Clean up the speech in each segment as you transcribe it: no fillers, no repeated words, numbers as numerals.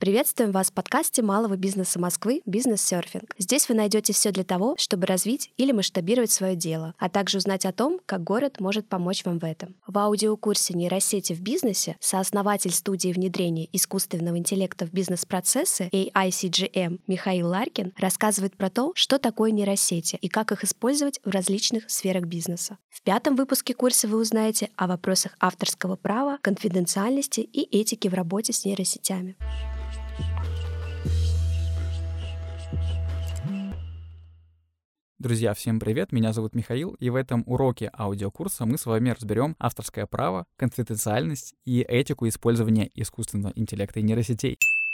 Приветствуем вас в подкасте малого бизнеса Москвы «Бизнес-серфинг». Здесь вы найдете все для того, чтобы развить или масштабировать свое дело, а также узнать о том, как город может помочь вам в этом. В аудиокурсе «Нейросети в бизнесе» сооснователь студии внедрения искусственного интеллекта в бизнес-процессы AI-CGM Михаил Ларкин рассказывает про то, что такое нейросети и как их использовать в различных сферах бизнеса. В 5-м выпуске курса вы узнаете о вопросах авторского права, конфиденциальности и этики в работе с нейросетями. Друзья, всем привет, меня зовут Михаил, и в этом уроке аудиокурса мы с вами разберем авторское право, конфиденциальность и этику использования искусственного интеллекта и нейросетей.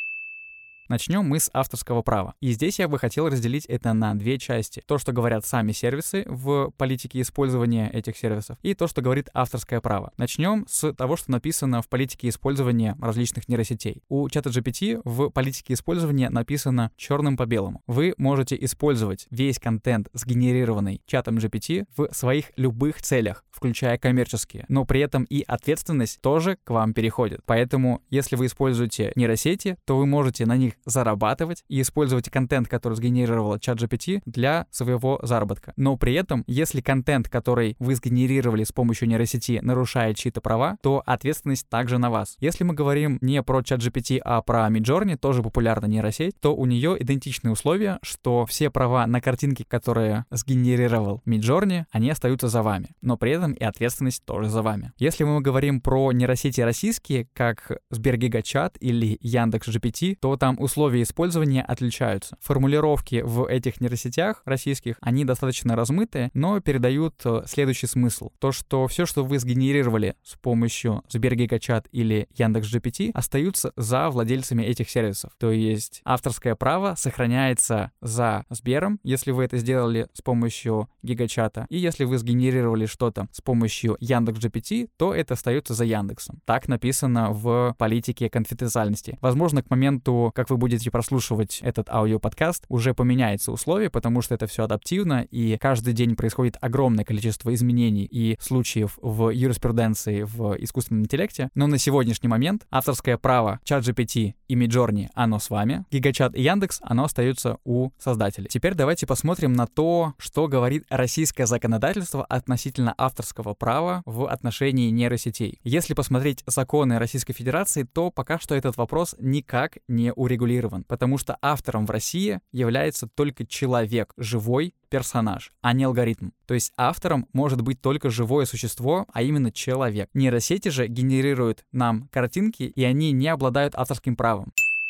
Начнем мы с авторского права. И здесь я бы хотел разделить это на две части. То, что говорят сами сервисы в политике использования этих сервисов, и то, что говорит авторское право. Начнем с того, что написано в политике использования различных нейросетей. У ChatGPT в политике использования написано черным по белому. Вы можете использовать весь контент, сгенерированный чатом GPT, в своих любых целях, включая коммерческие, но при этом и ответственность тоже к вам переходит. Поэтому, если вы используете нейросети, то вы можете на них зарабатывать и использовать контент, который сгенерировал ChatGPT, для своего заработка. Но при этом, если контент, который вы сгенерировали с помощью нейросети, нарушает чьи-то права, то ответственность также на вас. Если мы говорим не про ChatGPT, а про Midjourney, тоже популярная нейросеть, то у нее идентичные условия, что все права на картинки, которые сгенерировал Midjourney, они остаются за вами. Но при этом и ответственность тоже за вами. Если мы говорим про нейросети российские, как Сбергигачат или Яндекс.GPT, то там условия использования отличаются. Формулировки в этих нейросетях российских, они достаточно размытые, но передают следующий смысл. То, что все, что вы сгенерировали с помощью Сбергигачат или Яндекс.GPT, остаются за владельцами этих сервисов. То есть авторское право сохраняется за Сбером, если вы это сделали с помощью Гигачата, и если вы сгенерировали что-то с помощью Яндекс.GPT, то это остается за Яндексом. Так написано в политике конфиденциальности. Возможно, к моменту, как вы будете прослушивать этот аудиоподкаст, уже поменяется условие, потому что это все адаптивно, и каждый день происходит огромное количество изменений и случаев в юриспруденции в искусственном интеллекте. Но на сегодняшний момент авторское право ChatGPT и Midjourney, оно с вами. Гигачат и Яндекс, оно остается у создателей. Теперь давайте посмотрим на то, что говорит российское законодательство относительно авторского права в отношении нейросетей. Если посмотреть законы Российской Федерации, то пока что этот вопрос никак не урегулирован, потому что автором в России является только человек, живой персонаж, а не алгоритм. То есть автором может быть только живое существо, а именно человек. Нейросети же генерируют нам картинки, и они не обладают авторским правом.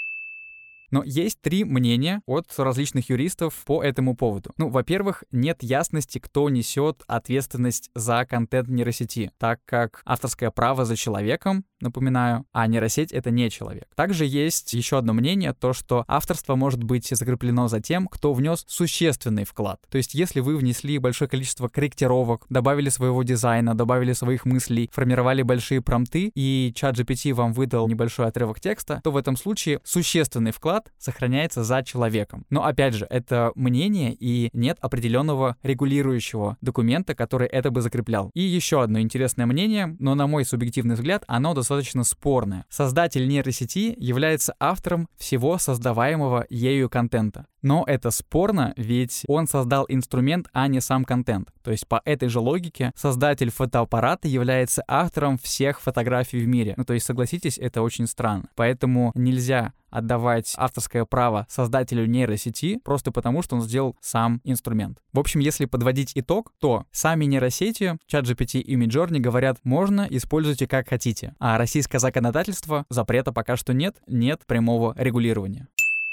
Но есть три мнения от различных юристов по этому поводу. Во-первых, нет ясности, кто несет ответственность за контент нейросети, так как авторское право за человеком, напоминаю, а нейросеть — это не человек. Также есть еще одно мнение, то, что авторство может быть закреплено за тем, кто внес существенный вклад. То есть, если вы внесли большое количество корректировок, добавили своего дизайна, добавили своих мыслей, формировали большие промпты, и ChatGPT вам выдал небольшой отрывок текста, то в этом случае существенный вклад сохраняется за человеком. Но опять же, это мнение, и нет определенного регулирующего документа, который это бы закреплял. И еще одно интересное мнение, но на мой субъективный взгляд, оно достаточно спорное. Создатель нейросети является автором всего создаваемого ею контента. Но это спорно, ведь он создал инструмент, а не сам контент. То есть по этой же логике создатель фотоаппарата является автором всех фотографий в мире. То есть, согласитесь, это очень странно. Поэтому нельзя отдавать авторское право создателю нейросети просто потому, что он сделал сам инструмент. В общем, если подводить итог, то сами нейросети, ChatGPT и Midjourney говорят, можно, используйте как хотите. А российское законодательство запрета пока что нет прямого регулирования.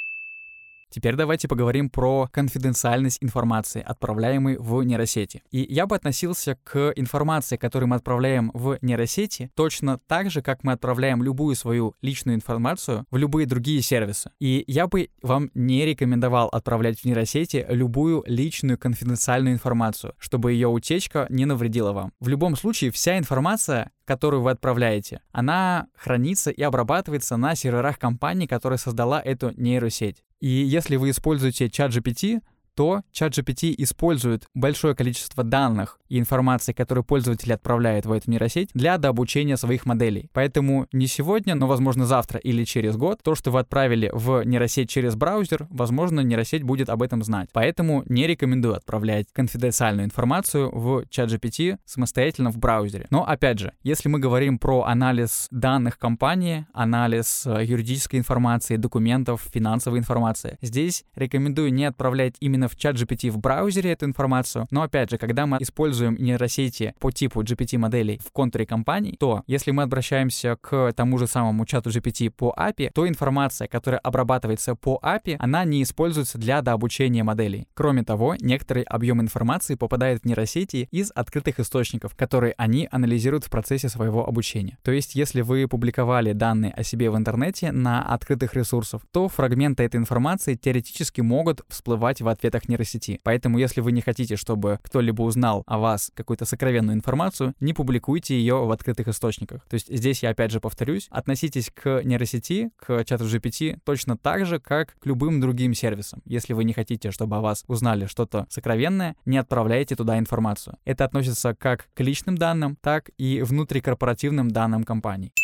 Теперь давайте поговорим про конфиденциальность информации, отправляемой в нейросети. И я бы относился к информации, которую мы отправляем в нейросети, точно так же, как мы отправляем любую свою личную информацию в любые другие сервисы. И я бы вам не рекомендовал отправлять в нейросети любую личную конфиденциальную информацию, чтобы ее утечка не навредила вам. В любом случае, вся информация, которую вы отправляете, она хранится и обрабатывается на серверах компании, которая создала эту нейросеть. И если вы используете ChatGPT, то ChatGPT использует большое количество данных и информации, которые пользователи отправляют в эту нейросеть, для дообучения своих моделей. Поэтому не сегодня, но, возможно, завтра или через год, то, что вы отправили в нейросеть через браузер, возможно, нейросеть будет об этом знать. Поэтому не рекомендую отправлять конфиденциальную информацию в ChatGPT самостоятельно в браузере. Но, опять же, если мы говорим про анализ данных компании, анализ юридической информации, документов, финансовой информации, здесь рекомендую не отправлять именно в ChatGPT в браузере эту информацию. Но, опять же, когда мы используем нейросети по типу GPT-моделей в контуре компаний, то если мы обращаемся к тому же самому чату GPT по API, то информация, которая обрабатывается по API, она не используется для дообучения моделей. Кроме того, некоторый объем информации попадает в нейросети из открытых источников, которые они анализируют в процессе своего обучения. То есть, если вы публиковали данные о себе в интернете на открытых ресурсах, то фрагменты этой информации теоретически могут всплывать в ответах нейросети. Поэтому, если вы не хотите, чтобы кто-либо узнал о вас какую-то сокровенную информацию, не публикуйте ее в открытых источниках. То есть здесь я опять же повторюсь, относитесь к нейросети, к чату GPT точно так же, как к любым другим сервисам. Если вы не хотите, чтобы о вас узнали что-то сокровенное, не отправляйте туда информацию. Это относится как к личным данным, так и внутрикорпоративным данным компаний.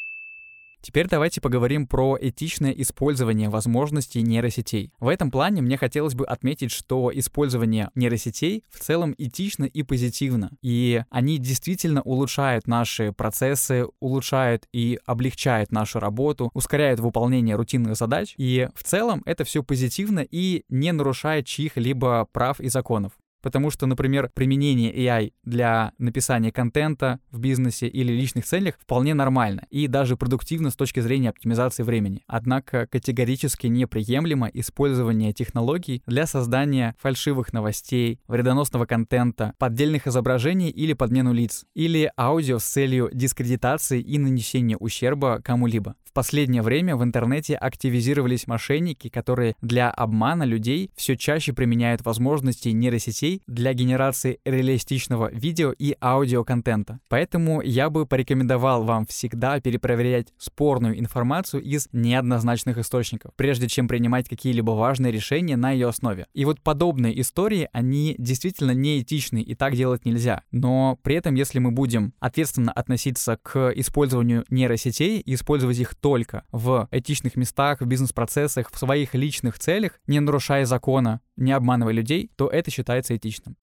Теперь давайте поговорим про этичное использование возможностей нейросетей. В этом плане мне хотелось бы отметить, что использование нейросетей в целом этично и позитивно. И они действительно улучшают наши процессы, улучшают и облегчают нашу работу, ускоряют выполнение рутинных задач. И в целом это все позитивно и не нарушает чьих-либо прав и законов. Потому что, например, применение AI для написания контента в бизнесе или личных целях вполне нормально и даже продуктивно с точки зрения оптимизации времени. Однако категорически неприемлемо использование технологий для создания фальшивых новостей, вредоносного контента, поддельных изображений или подмену лиц, или аудио с целью дискредитации и нанесения ущерба кому-либо. В последнее время в интернете активизировались мошенники, которые для обмана людей все чаще применяют возможности нейросетей для генерации реалистичного видео и аудиоконтента. Поэтому я бы порекомендовал вам всегда перепроверять спорную информацию из неоднозначных источников, прежде чем принимать какие-либо важные решения на ее основе. И вот подобные истории, они действительно неэтичны, и так делать нельзя. Но при этом, если мы будем ответственно относиться к использованию нейросетей и использовать их только в этичных местах, в бизнес-процессах, в своих личных целях, не нарушая закона, не обманывая людей, то это считается этичным.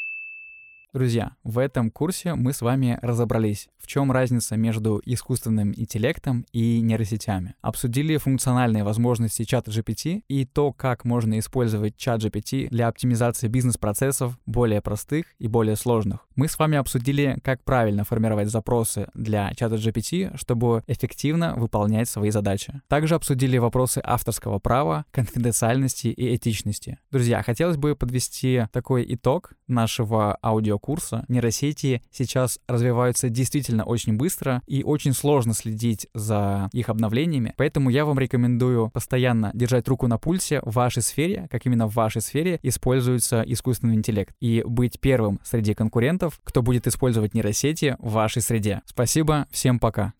Друзья, в этом курсе мы с вами разобрались, в чем разница между искусственным интеллектом и нейросетями. Обсудили функциональные возможности чата GPT и то, как можно использовать чат GPT для оптимизации бизнес-процессов более простых и более сложных. Мы с вами обсудили, как правильно формировать запросы для чата GPT, чтобы эффективно выполнять свои задачи. Также обсудили вопросы авторского права, конфиденциальности и этичности. Друзья, хотелось бы подвести такой итог нашего аудиокурса. Нейросети сейчас развиваются действительно очень быстро и очень сложно следить за их обновлениями, поэтому я вам рекомендую постоянно держать руку на пульсе в вашей сфере, как именно в вашей сфере используется искусственный интеллект, и быть первым среди конкурентов, кто будет использовать нейросети в вашей среде. Спасибо, всем пока.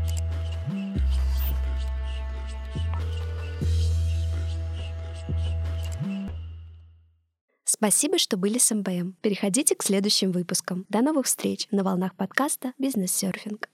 Спасибо, что были с МБМ. Переходите к следующим выпускам. До новых встреч на волнах подкаста «Бизнес-серфинг».